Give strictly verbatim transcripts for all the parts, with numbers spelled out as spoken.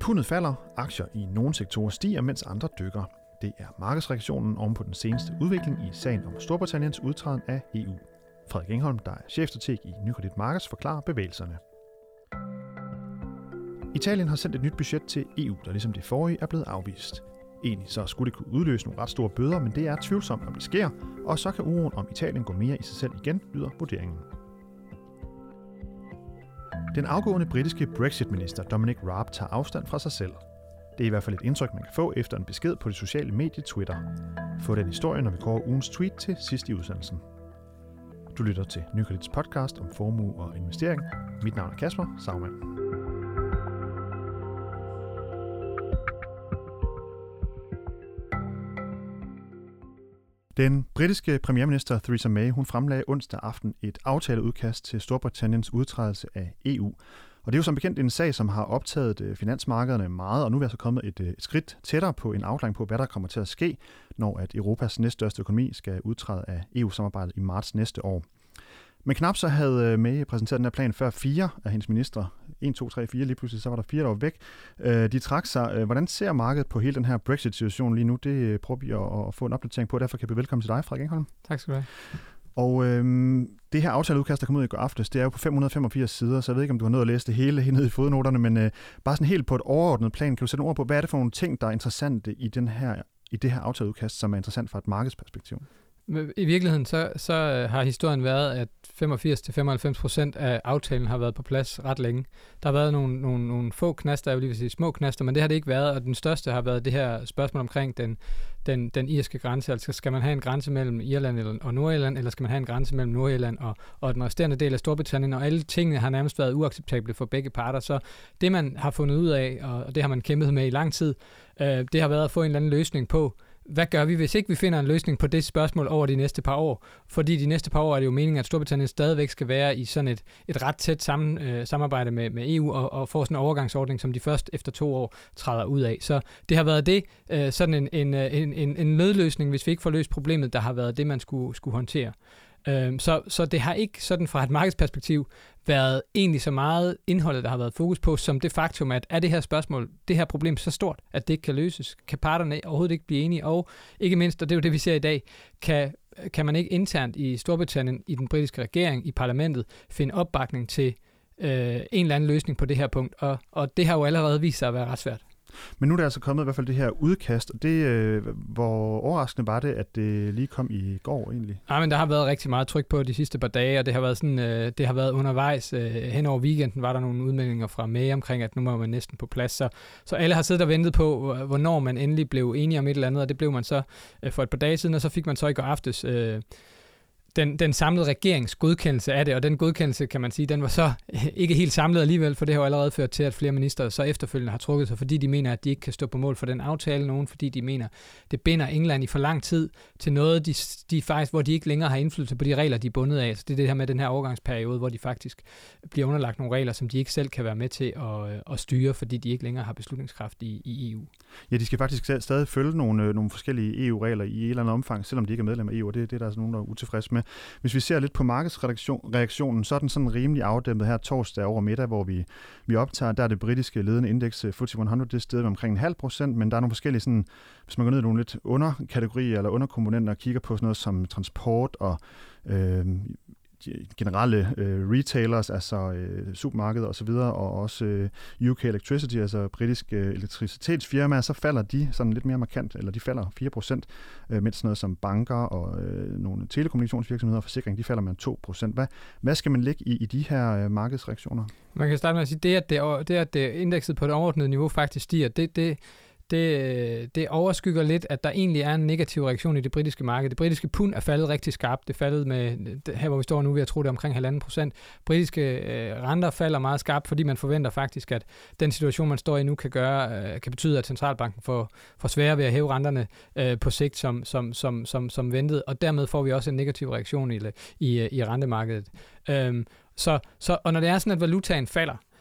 Pundet falder, aktier i nogle sektorer stiger, mens andre dykker. Det er markedsreaktionen oven på den seneste udvikling i sagen om Storbritanniens udtræden af E U. Frederik Engholm, der er chefstrateg i Nykredit Markets, forklarer bevægelserne. Italien har sendt et nyt budget til E U, der ligesom det forrige er blevet afvist. Egentlig så skulle det kunne udløse nogle ret store bøder, men det er tvivlsomt, om det sker, og så kan uroen om Italien gå mere i sig selv igen, lyder vurderingen. Den afgående britiske Brexit-minister Dominic Raab tager afstand fra sig selv. Det er i hvert fald et indtryk, man kan få efter en besked på det sociale medie Twitter. Få den historie, når vi går ugens tweet til sidst i udsendelsen. Du lytter til Nykredits podcast om formue og investering. Mit navn er Kasper Sagmann. Den britiske premierminister Theresa May hun fremlagde onsdag aften et aftaleudkast til Storbritanniens udtrædelse af E U. Og det er jo som bekendt en sag, som har optaget finansmarkederne meget, og nu er vi altså kommet et, et skridt tættere på en afklaring på, hvad der kommer til at ske, når at Europas næststørste økonomi skal udtræde af E U-samarbejdet i marts næste år. Men knap så havde May præsenteret den her plan før fire af hendes ministre. en, to, tre, fire, lige pludselig så var der fire, der var væk. De trak sig. Hvordan ser markedet på hele den her Brexit-situation lige nu? Det prøver vi at, at få en opdatering på. Derfor kan jeg byde velkommen til dig, Frederik Engholm. Tak skal du have. Og øhm, det her aftaleudkast, der kom ud i går aftes, det er jo på fem hundrede og femogfirs sider, så jeg ved ikke, om du har nået at læse det hele helt ned i fodnoterne, men øh, bare sådan helt på et overordnet plan, kan du sætte ord på, hvad er det for nogle ting, der er interessante i, den her, i det her aftaleudkast, som er interessant fra et markedsperspektiv? I virkeligheden så, så har historien været, at femogfirs til femoghalvfems procent af aftalen har været på plads ret længe. Der har været nogle, nogle, nogle få knaster, jeg vil lige vil sige små knaster, men det har det ikke været, og den største har været det her spørgsmål omkring den, den, den irske grænse. Altså skal man have en grænse mellem Irland og Nordirland, eller skal man have en grænse mellem Nordirland og, og den resterende del af Storbritannien, og alle tingene har nærmest været uacceptable for begge parter. Så det man har fundet ud af, og det har man kæmpet med i lang tid, øh, det har været at få en eller anden løsning på, hvad gør vi, hvis ikke vi finder en løsning på det spørgsmål over de næste par år? Fordi de næste par år er det jo meningen, at Storbritannien stadigvæk skal være i sådan et, et ret tæt sammen, øh, samarbejde med, med E U og, og få sådan en overgangsordning, som de først efter to år træder ud af. Så det har været det, øh, sådan en, en, en, en, en nødløsning, hvis vi ikke får løst problemet, der har været det, man skulle, skulle håndtere. Øh, så, så det har ikke sådan fra et markedsperspektiv været egentlig så meget indholdet, der har været fokus på, som det faktum, at er det her spørgsmål, det her problem så stort, at det ikke kan løses? Kan parterne overhovedet ikke blive enige? Og ikke mindst, og det er jo det, vi ser i dag, kan, kan man ikke internt i Storbritannien, i den britiske regering, i parlamentet, finde opbakning til øh, en eller anden løsning på det her punkt? Og, og det har jo allerede vist sig at være ret svært. Men nu er der altså kommet i hvert fald det her udkast, og det, øh, hvor overraskende var det, at det lige kom i går egentlig? Ja, men der har været rigtig meget tryk på de sidste par dage, og det har været sådan, øh, det har været undervejs. Øh, hen over weekenden var der nogle udmeldinger fra May omkring, at nu må man næsten på plads. Så, så alle har siddet og ventet på, hvornår man endelig blev enige om et eller andet, og det blev man så øh, for et par dage siden, og så fik man så i går aftes øh, Den, den samlede regerings godkendelse af det, og den godkendelse, kan man sige, den var så ikke helt samlet alligevel, for det har jo allerede ført til, at flere minister så efterfølgende har trukket sig, fordi de mener, at de ikke kan stå på mål for den aftale, nogen fordi de mener, det binder England i for lang tid til noget, de, de faktisk, hvor de ikke længere har indflydelse på de regler, de er bundet af. Så det er det her med den her overgangsperiode, hvor de faktisk bliver underlagt nogle regler, som de ikke selv kan være med til at, at styre, fordi de ikke længere har beslutningskraft i, i E U. Ja, de skal faktisk stadig følge nogle, nogle forskellige E U-regler i et eller andet omfang, selvom de ikke er medlem af E U, og det, det er der altså nogen, der er utilfredse med. Hvis vi ser lidt på markedsreaktionen, så er den sådan rimelig afdæmpet her torsdag over middag, hvor vi, vi optager, der er det britiske ledende indeks F T S E hundrede, det er stedet med omkring en halv procent, men der er nogle forskellige, sådan, hvis man går ned i nogle lidt underkategorier eller underkomponenter og kigger på sådan noget som transport og øh, generelle øh, retailers, altså øh, supermarkeder osv., og også øh, U K Electricity, altså britiske øh, elektricitetsfirmaer, så falder de sådan lidt mere markant, eller de falder fire procent, øh, mens noget som banker og øh, nogle telekommunikationsvirksomheder og forsikring, de falder med to procent. Hvad, hvad skal man lægge i, i de her øh, markedsreaktioner? Man kan starte med at sige, det at det, det, at det indekset på det overordnede niveau faktisk stiger, det, det Det, det overskygger lidt, at der egentlig er en negativ reaktion i det britiske marked. Det britiske pund er faldet rigtig skarpt. Det er faldet med, her hvor vi står nu, vil jeg tro, det er omkring halvanden procent. Britiske øh, renter falder meget skarpt, fordi man forventer faktisk, at den situation, man står i nu, kan gøre, øh, kan betyde, at centralbanken får, får sværere ved at hæve renterne øh, på sigt, som, som, som, som, som ventet, og dermed får vi også en negativ reaktion i, i, i rentemarkedet. Øhm, så, så, og når det er sådan, at valutaen falder,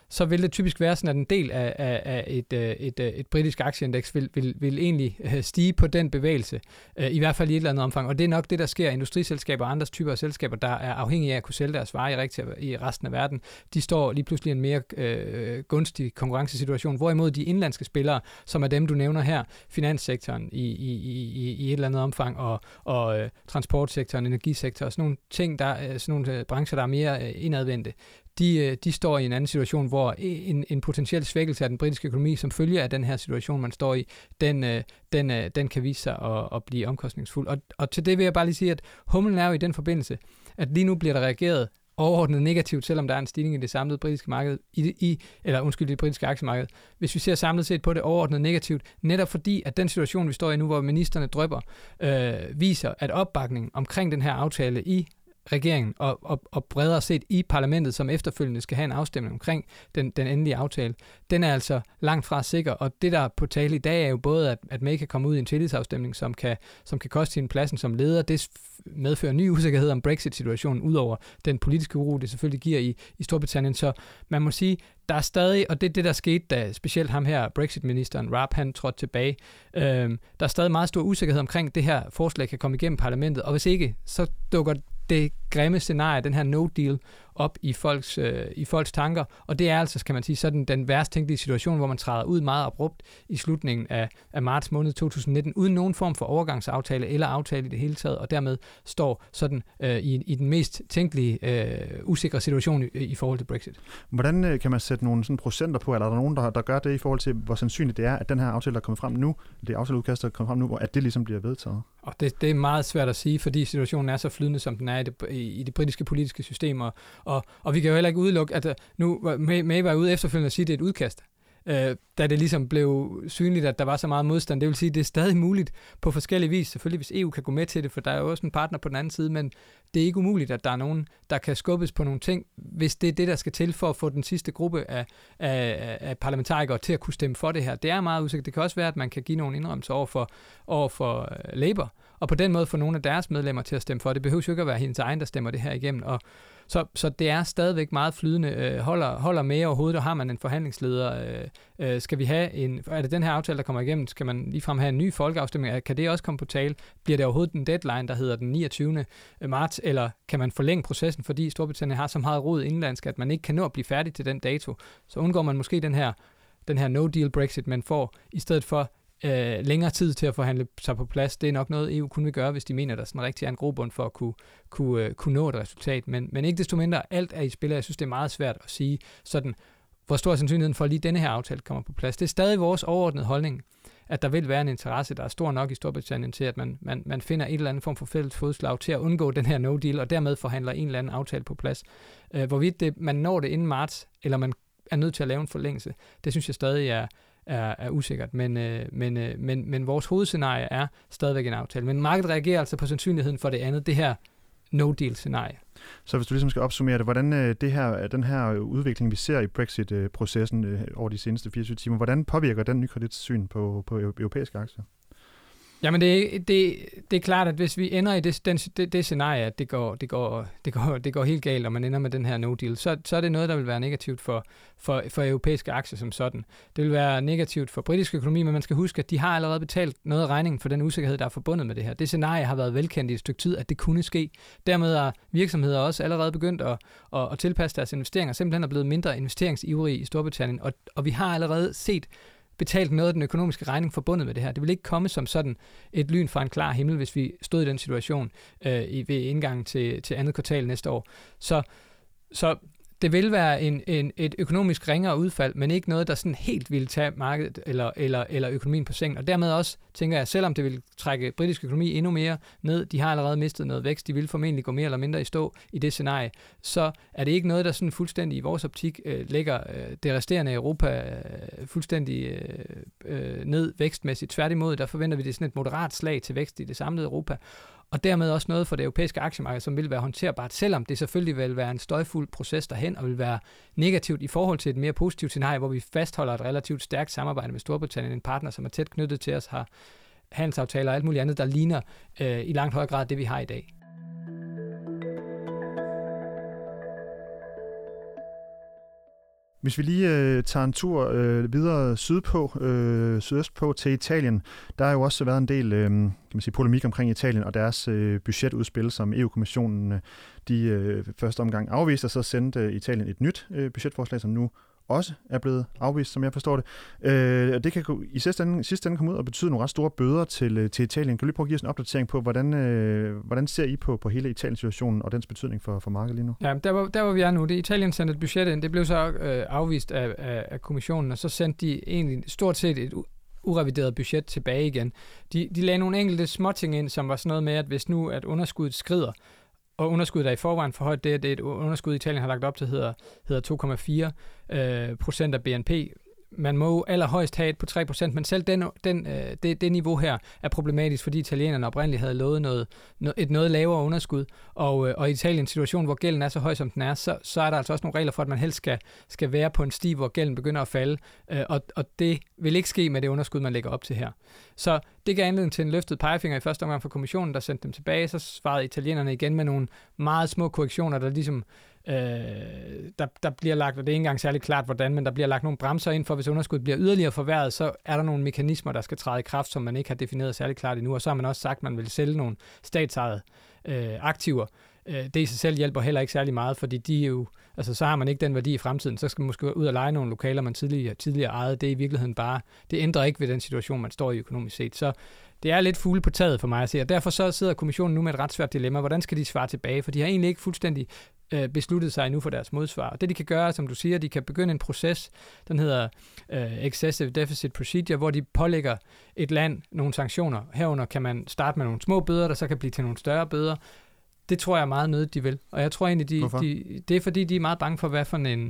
så vil det typisk være sådan, at en del af, af, af et, et, et, et britisk aktieindeks vil, vil, vil egentlig stige på den bevægelse, i hvert fald i et eller andet omfang. Og det er nok det, der sker. Industriselskaber og andre typer af selskaber, der er afhængige af at kunne sælge deres varer i, rigtig, i resten af verden, de står lige pludselig i en mere øh, gunstig konkurrencesituation, hvorimod de indlandske spillere, som er dem, du nævner her, finanssektoren i, i, i, i et eller andet omfang, og, og øh, transportsektoren, energisektoren, sådan nogle ting, der, sådan nogle brancher, der er mere øh, indadvendte, De, de står i en anden situation, hvor en, en potentiel svækkelse af den britiske økonomi, som følge af den her situation, man står i, den, den, den kan vise sig at, at blive omkostningsfuld. Og, og til det vil jeg bare lige sige, at humlen er jo i den forbindelse, at lige nu bliver der reageret overordnet negativt, selvom der er en stigning i det samlede britiske marked, i, i, eller undskyld, det britiske aktiemarked. Hvis vi ser samlet set på det overordnet negativt, netop fordi, at den situation, vi står i nu, hvor ministerne drypper, øh, viser, at opbakningen omkring den her aftale i regeringen og, og, og bredere set i parlamentet, som efterfølgende skal have en afstemning omkring den, den endelige aftale, den er altså langt fra sikker, og det der er på tale i dag er jo både, at, at May kan komme ud i en tillidsafstemning, som kan, som kan koste hende pladsen som leder. Det medfører ny usikkerhed om Brexit-situationen, udover den politiske uro, det selvfølgelig giver i, i Storbritannien. Så man må sige, der er stadig, og det er det, der skete, da specielt ham her, Brexit-ministeren Raab, han trådte tilbage, øhm, der er stadig meget stor usikkerhed omkring, det her forslag kan komme igennem parlamentet, og hvis ikke, så dukker det grimme scenarie, den her no-deal, op i folks, øh, i folks tanker, og det er altså, kan man sige, sådan den værst tænkelige situation, hvor man træder ud meget abrupt i slutningen af, af marts måned to tusind nitten, uden nogen form for overgangsaftale eller aftale i det hele taget, og dermed står sådan øh, i, i den mest tænkelige øh, usikre situation i, i forhold til Brexit. Hvordan øh, kan man sætte nogle sådan procenter på, eller er der nogen, der, der gør det i forhold til, hvor sandsynligt det er, at den her aftale, der kommer frem nu, det aftaleudkast, der kommer frem nu, at det ligesom bliver vedtaget? Og det, det er meget svært at sige, fordi situationen er så flydende, som den er i det, i, i det britiske politiske system, og, og, og vi kan jo heller ikke udelukke, at nu May var ude efterfølgende at sige, at det er et udkast, øh, da det ligesom blev synligt, at der var så meget modstand. Det vil sige, at det er stadig muligt på forskellige vis, selvfølgelig hvis E U kan gå med til det, for der er jo også en partner på den anden side, men det er ikke umuligt, at der er nogen, der kan skubbes på nogle ting, hvis det er det, der skal til for at få den sidste gruppe af, af, af parlamentarikere til at kunne stemme for det her. Det er meget usikkert. Det kan også være, at man kan give nogle indrømmelser over for, over for Labour, og på den måde få nogle af deres medlemmer til at stemme for. Det behøver jo ikke at være hendes egen, der stemmer det her igennem. Og så, så det er stadigvæk meget flydende. Øh, holder, holder med overhovedet, og har man en forhandlingsleder. Øh, øh, skal vi have en... Er det den her aftale, der kommer igennem? Skal man ligefrem have en ny folkeafstemning? Kan det også komme på tale? Bliver det overhovedet en deadline, der hedder den niogtyvende marts? Eller kan man forlænge processen, fordi Storbritannien har så meget rod indlandsk, at man ikke kan nå at blive færdig til den dato? Så undgår man måske den her, den her no-deal Brexit, man får i stedet for Øh, længere tid til at forhandle sig på plads. Det er nok noget, E U kunne vil gøre, hvis de mener, der sådan rigtig er en grobund for at kunne, kunne, øh, kunne nå et resultat. Men, men ikke desto mindre, alt er i spil, jeg synes, det er meget svært at sige sådan, hvor stor er sandsynligheden for, at lige denne her aftale kommer på plads. Det er stadig vores overordnede holdning, at der vil være en interesse, der er stor nok i Storbritannien til, at man, man, man finder et eller andet form for fælles fodslag til at undgå den her no-deal, og dermed forhandler en eller anden aftale på plads. Øh, hvorvidt det, man når det inden marts, eller man er nødt til at lave en forlængelse, det synes jeg stadig er Er, er usikkert, men, øh, men, øh, men, men vores hovedscenarie er stadigvæk en aftale. Men markedet reagerer altså på sandsynligheden for det andet, det her no-deal-scenarie. Så hvis du ligesom skal opsummere det, hvordan øh, det her, den her udvikling, vi ser i Brexit-processen øh, over de seneste fireogtyve timer, hvordan påvirker den nykredits syn på, på europæiske aktier? Jamen det, det, det er klart, at hvis vi ender i det, den, det, det scenarie, at det går, det, går, det, går, det går helt galt, og man ender med den her no-deal, så, så er det noget, der vil være negativt for, for, for europæiske aktier som sådan. Det vil være negativt for britisk økonomi, men man skal huske, at de har allerede betalt noget af regningen for den usikkerhed, der er forbundet med det her. Det scenarie har været velkendt i et stykke tid, at det kunne ske. Dermed er virksomheder også allerede begyndt at, at, at tilpasse deres investeringer, simpelthen er blevet mindre investeringsivrige i Storbritannien, og, og vi har allerede set betalt noget af den økonomiske regning forbundet med det her. Det vil ikke komme som sådan et lyn fra en klar himmel, hvis vi stod i den situation øh, i, ved indgangen til, til andet kvartal næste år. Så, så det vil være en, en, et økonomisk ringere udfald, men ikke noget, der sådan helt vil tage markedet eller, eller, eller økonomien på sengen. Og dermed også, tænker jeg, selvom det vil trække britisk økonomi endnu mere ned, de har allerede mistet noget vækst, de vil formentlig gå mere eller mindre i stå i det scenarie, så er det ikke noget, der sådan fuldstændig i vores optik øh, lægger øh, det resterende Europa øh, fuldstændig øh, øh, ned vækstmæssigt. Tværtimod, der forventer vi det sådan et moderat slag til vækst i det samlede Europa. Og dermed også noget for det europæiske aktiemarked, som vil være håndterbart, selvom det selvfølgelig vil være en støjfuld proces derhen, og vil være negativt i forhold til et mere positivt scenarie, hvor vi fastholder et relativt stærkt samarbejde med Storbritannien, en partner, som er tæt knyttet til os, har handelsaftaler og alt muligt andet, der ligner øh, i langt højere grad det, vi har i dag. Hvis vi lige øh, tager en tur øh, videre sydpå, øh, sydøstpå til Italien, der har jo også været en del øh, kan man sige, polemik omkring Italien og deres øh, budgetudspil, som E U-kommissionen øh, de øh, første omgang afviste, og så sendte øh, Italien et nyt øh, budgetforslag, som nu også er blevet afvist, som jeg forstår det. Øh, det kan i sidste ende, sidste ende komme ud og betyde nogle ret store bøder til, til Italien. Kan du lige prøve at give os en opdatering på, hvordan, øh, hvordan ser I på, på hele Italien-situationen og dens betydning for, for markedet lige nu? Ja, der hvor, der hvor vi er nu, det Italien sendte et budget ind, det blev så øh, afvist af, af, af kommissionen, og så sendte de egentlig stort set et urevideret budget tilbage igen. De, de lagde nogle enkelte småting ind, som var sådan noget med, at hvis nu at underskuddet skrider, og underskuddet er i forvejen for højt, det, det er et underskud, Italien har lagt op til, hedder, hedder to komma fire øh, procent af B N P. Man må allerhøjst have et på tre procent, men selv den, den, øh, det, det niveau her er problematisk, fordi italienerne oprindeligt havde lovet noget, et noget lavere underskud, og, øh, og i Italiens situation, hvor gælden er så høj, som den er, så, så er der altså også nogle regler for, at man helst skal, skal være på en sti, hvor gælden begynder at falde, øh, og, og det vil ikke ske med det underskud, man lægger op til her. Så det gav anledning til en løftet pegefinger i første omgang fra kommissionen, der sendte dem tilbage, så svarede italienerne igen med nogle meget små korrektioner, der ligesom Øh, der, der bliver lagt, og det er ikke engang særlig klart hvordan, men der bliver lagt nogle bremser ind for, hvis underskuddet bliver yderligere forværret, så er der nogle mekanismer, der skal træde i kraft, som man ikke har defineret særlig klart endnu, og så har man også sagt, at man vil sælge nogle statsejede øh, aktiver. Øh, det i sig selv hjælper heller ikke særlig meget, fordi de jo, altså så har man ikke den værdi i fremtiden, så skal man måske ud og leje nogle lokaler, man tidligere, tidligere ejede. Det er i virkeligheden bare, det ændrer ikke ved den situation, man står i økonomisk set. Så det er lidt fugle på taget for mig at se, og derfor så sidder kommissionen nu med et ret svært dilemma. Hvordan skal de svare tilbage? For de har egentlig ikke fuldstændig øh, besluttet sig endnu for deres modsvar. Og det de kan gøre, som du siger, de kan begynde en proces, den hedder øh, Excessive Deficit Procedure, hvor de pålægger et land nogle sanktioner. Herunder kan man starte med nogle små bøder, der så kan blive til nogle større bøder. Det tror jeg er meget nødigt, de vil. Og jeg tror egentlig, de, de, det er fordi, de er meget bange for, hvad for en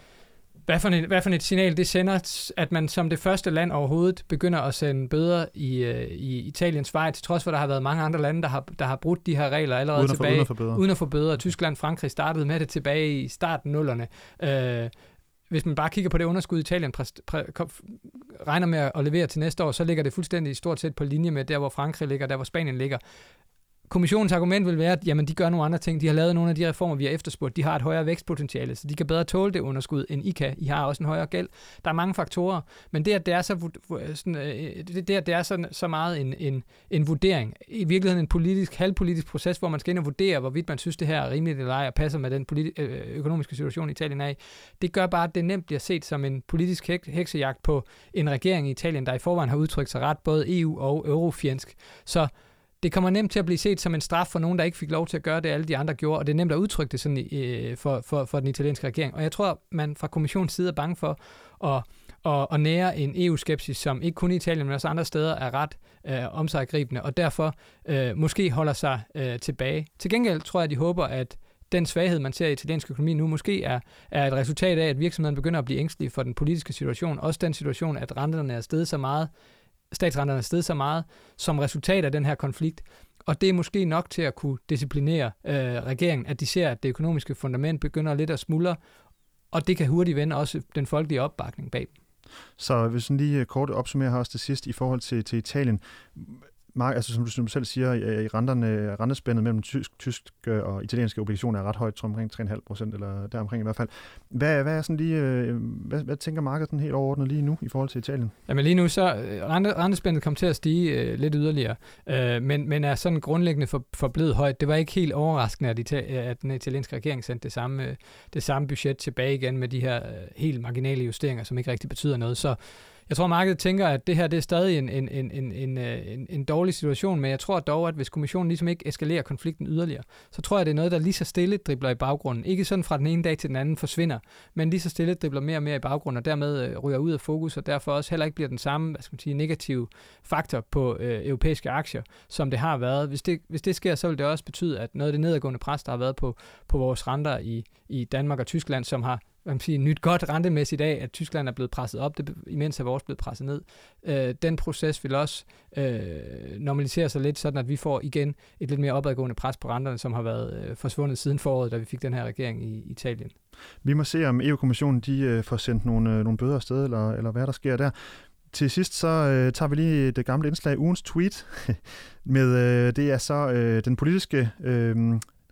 Hvad for, en, hvad for et signal det sender, at man som det første land overhovedet begynder at sende bøder i, i Italiens vej, til trods for, at der har været mange andre lande, der har, der har brudt de her regler allerede uden tilbage, at få, uden at få bøder. Tyskland, Frankrig startede med det tilbage i starten nullerne. Øh, hvis man bare kigger på det underskud, Italien præ- præ- kom, regner med at levere til næste år, så ligger det fuldstændig stort set på linje med der, hvor Frankrig ligger, der hvor Spanien ligger. Kommissionens argument vil være, at jamen, de gør nogle andre ting. De har lavet nogle af de reformer, vi har efterspurgt. De har et højere vækstpotentiale, så de kan bedre tåle det underskud, end I kan. I har også en højere gæld. Der er mange faktorer, men det, at det er så, sådan, det, at det er så, så meget en, en, en vurdering, i virkeligheden en politisk, halvpolitisk proces, hvor man skal ind og vurdere, hvorvidt man synes, det her er rimeligt eller ej, og passer med den politi- økonomiske situation, Italien er i. Det gør bare, at det nemt bliver set som en politisk hek- heksejagt på en regering i Italien, der i forvejen har udtrykt sig ret, både E U og eurofjendsk. Så det kommer nemt til at blive set som en straf for nogen, der ikke fik lov til at gøre det, alle de andre gjorde, og det er nemt at udtrykke det sådan øh, for, for, for den italienske regering. Og jeg tror, man fra kommissionens side er bange for at, at, at nære en E U-skepsis, som ikke kun i Italien, men også andre steder er ret øh, omsaggribende, og derfor øh, måske holder sig øh, tilbage. Til gengæld tror jeg, at de håber, at den svaghed, man ser i italiensk økonomi nu, måske er, er et resultat af, at virksomheden begynder at blive ængstelige for den politiske situation. Også den situation, at renterne er steget så meget, statsrenterne er steget så meget, som resultat af den her konflikt. Og det er måske nok til at kunne disciplinere øh, regeringen, at de ser, at det økonomiske fundament begynder lidt at smuldre, og det kan hurtigt vende også den folkelige opbakning bag dem. Så hvis vi lige kort opsummerer her også til sidst i forhold til, til Italien. Mark, altså som du, som du selv siger, i renterne, rentespændet mellem tysk, tysk og italienske obligationer er ret højt, tror jeg, omkring tre komma fem procent, eller deromkring i hvert fald. Hvad, hvad er sådan lige, hvad, hvad tænker markedet sådan helt overordnet lige nu i forhold til Italien? Jamen lige nu, så rente, rentespændet kom til at stige øh, lidt yderligere, øh, men, men er sådan grundlæggende for, for blevet højt. Det var ikke helt overraskende, at, Ita- at den italienske regering sendte det samme, øh, det samme budget tilbage igen med de her øh, helt marginale justeringer, som ikke rigtig betyder noget. Så jeg tror, markedet tænker, at det her det er stadig en, en, en, en, en, en dårlig situation, men jeg tror dog, at hvis kommissionen ligesom ikke eskalerer konflikten yderligere, så tror jeg, det er noget, der lige så stille dribler i baggrunden. Ikke sådan fra den ene dag til den anden forsvinder, men lige så stille dribler mere og mere i baggrunden, og dermed ryger ud af fokus, og derfor også heller ikke bliver den samme, hvad skal man sige, negative faktor på øh, europæiske aktier, som det har været. Hvis det, hvis det sker, så vil det også betyde, at noget af det nedadgående pres, der har været på, på vores renter i, i Danmark og Tyskland, som har man siger, nyt godt rentemæssigt af, at Tyskland er blevet presset op, det, imens er vores blevet presset ned. Øh, den proces vil også øh, normalisere sig lidt, sådan at vi får igen et lidt mere opadgående pres på renterne, som har været øh, forsvundet siden foråret, da vi fik den her regering i Italien. Vi må se, om E U-kommissionen de, øh, får sendt nogle, øh, nogle bøder afsted, eller, eller hvad der sker der. Til sidst så øh, tager vi lige det gamle indslag, ugens tweet, med øh, det er så øh, den politiske øh,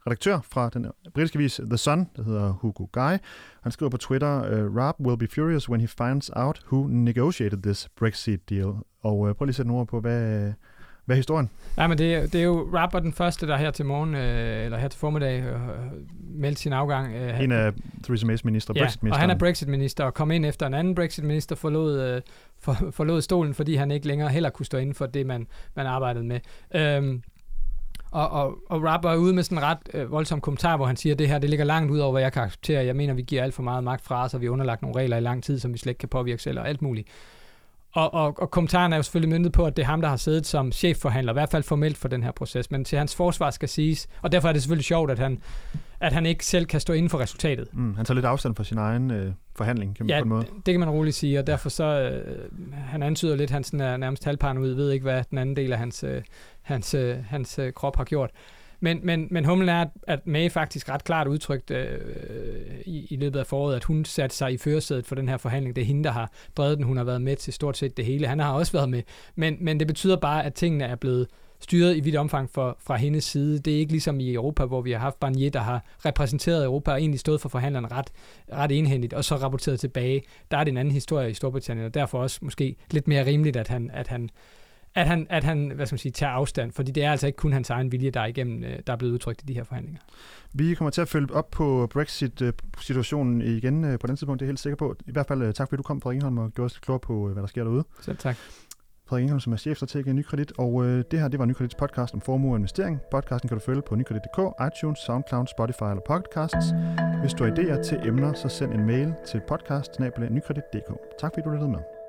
redaktør fra den britiske avis The Sun, der hedder Hugo Guy. Han skriver på Twitter, Raab will be furious when he finds out who negotiated this Brexit deal. Og uh, prøv lige at sætte nogle ord på, hvad, hvad er historien? Ja, men det, det er jo Raab var den første, der her til morgen, øh, eller her til formiddag, øh, meldte sin afgang. Øh, en af Theresa Mays minister, ja, Brexit-ministeren. Og han er Brexit-minister, og kom ind efter en anden Brexit-minister, forlod, øh, for, forlod stolen, fordi han ikke længere heller kunne stå inden for det, man, man arbejdede med. Øhm, Og, og, og Raab er ude med sådan en ret øh, voldsom kommentar, hvor han siger, at det her det ligger langt ud over, hvad jeg kan acceptere. Jeg mener, vi giver alt for meget magt fra os, og vi har underlagt nogle regler i lang tid, som vi slet ikke kan påvirke selv, og alt muligt. Og, og, og kommentaren er jo selvfølgelig myndet på, at det er ham, der har siddet som chefforhandler, i hvert fald formelt for den her proces. Men til hans forsvar skal siges, og derfor er det selvfølgelig sjovt, at han, at han ikke selv kan stå inden for resultatet. Mm, han tager lidt afstand fra sin egen øh, forhandling, kan man ja, på en måde. det kan man roligt sige, og derfor så, øh, han antyder lidt, at han sådan er nærmest halvparanoid, ved ikke, hvad den anden del af hans, øh, hans, øh, hans øh, krop har gjort. Men, men, men humlen er, at May faktisk ret klart udtrykt øh, i, i løbet af foråret, at hun satte sig i førersædet for den her forhandling. Det er hende, der har drevet den. Hun har været med til stort set det hele. Han har også været med. Men, men det betyder bare, at tingene er blevet styret i vidt omfang for, fra hendes side. Det er ikke ligesom i Europa, hvor vi har haft Barnier, der har repræsenteret Europa og egentlig stået for forhandlerne ret, ret enhændigt, og så rapporteret tilbage. Der er det en anden historie i Storbritannien, og derfor også måske lidt mere rimeligt, at han, at han At han, at han hvad skal man sige, tager afstand, fordi det er altså ikke kun hans egen vilje, der er, igennem, der er blevet udtrykt i de her forhandlinger. Vi kommer til at følge op på Brexit-situationen igen på den tidspunkt, det er jeg helt sikker på. I hvert fald tak, fordi du kom, Frederik Ingholm, og gjorde os lidt klogere på, hvad der sker derude. Selv tak. Frederik Ingholm, som er chefstrateg i Nykredit, og øh, det her, det var Nykredits podcast om formue og investering. Podcasten kan du følge på nykredit punktum d k, iTunes, SoundCloud, Spotify eller Podcasts. Hvis du har idéer til emner, så send en mail til podcast snabel-a nykredit punktum d k. Tak fordi du lyttede med.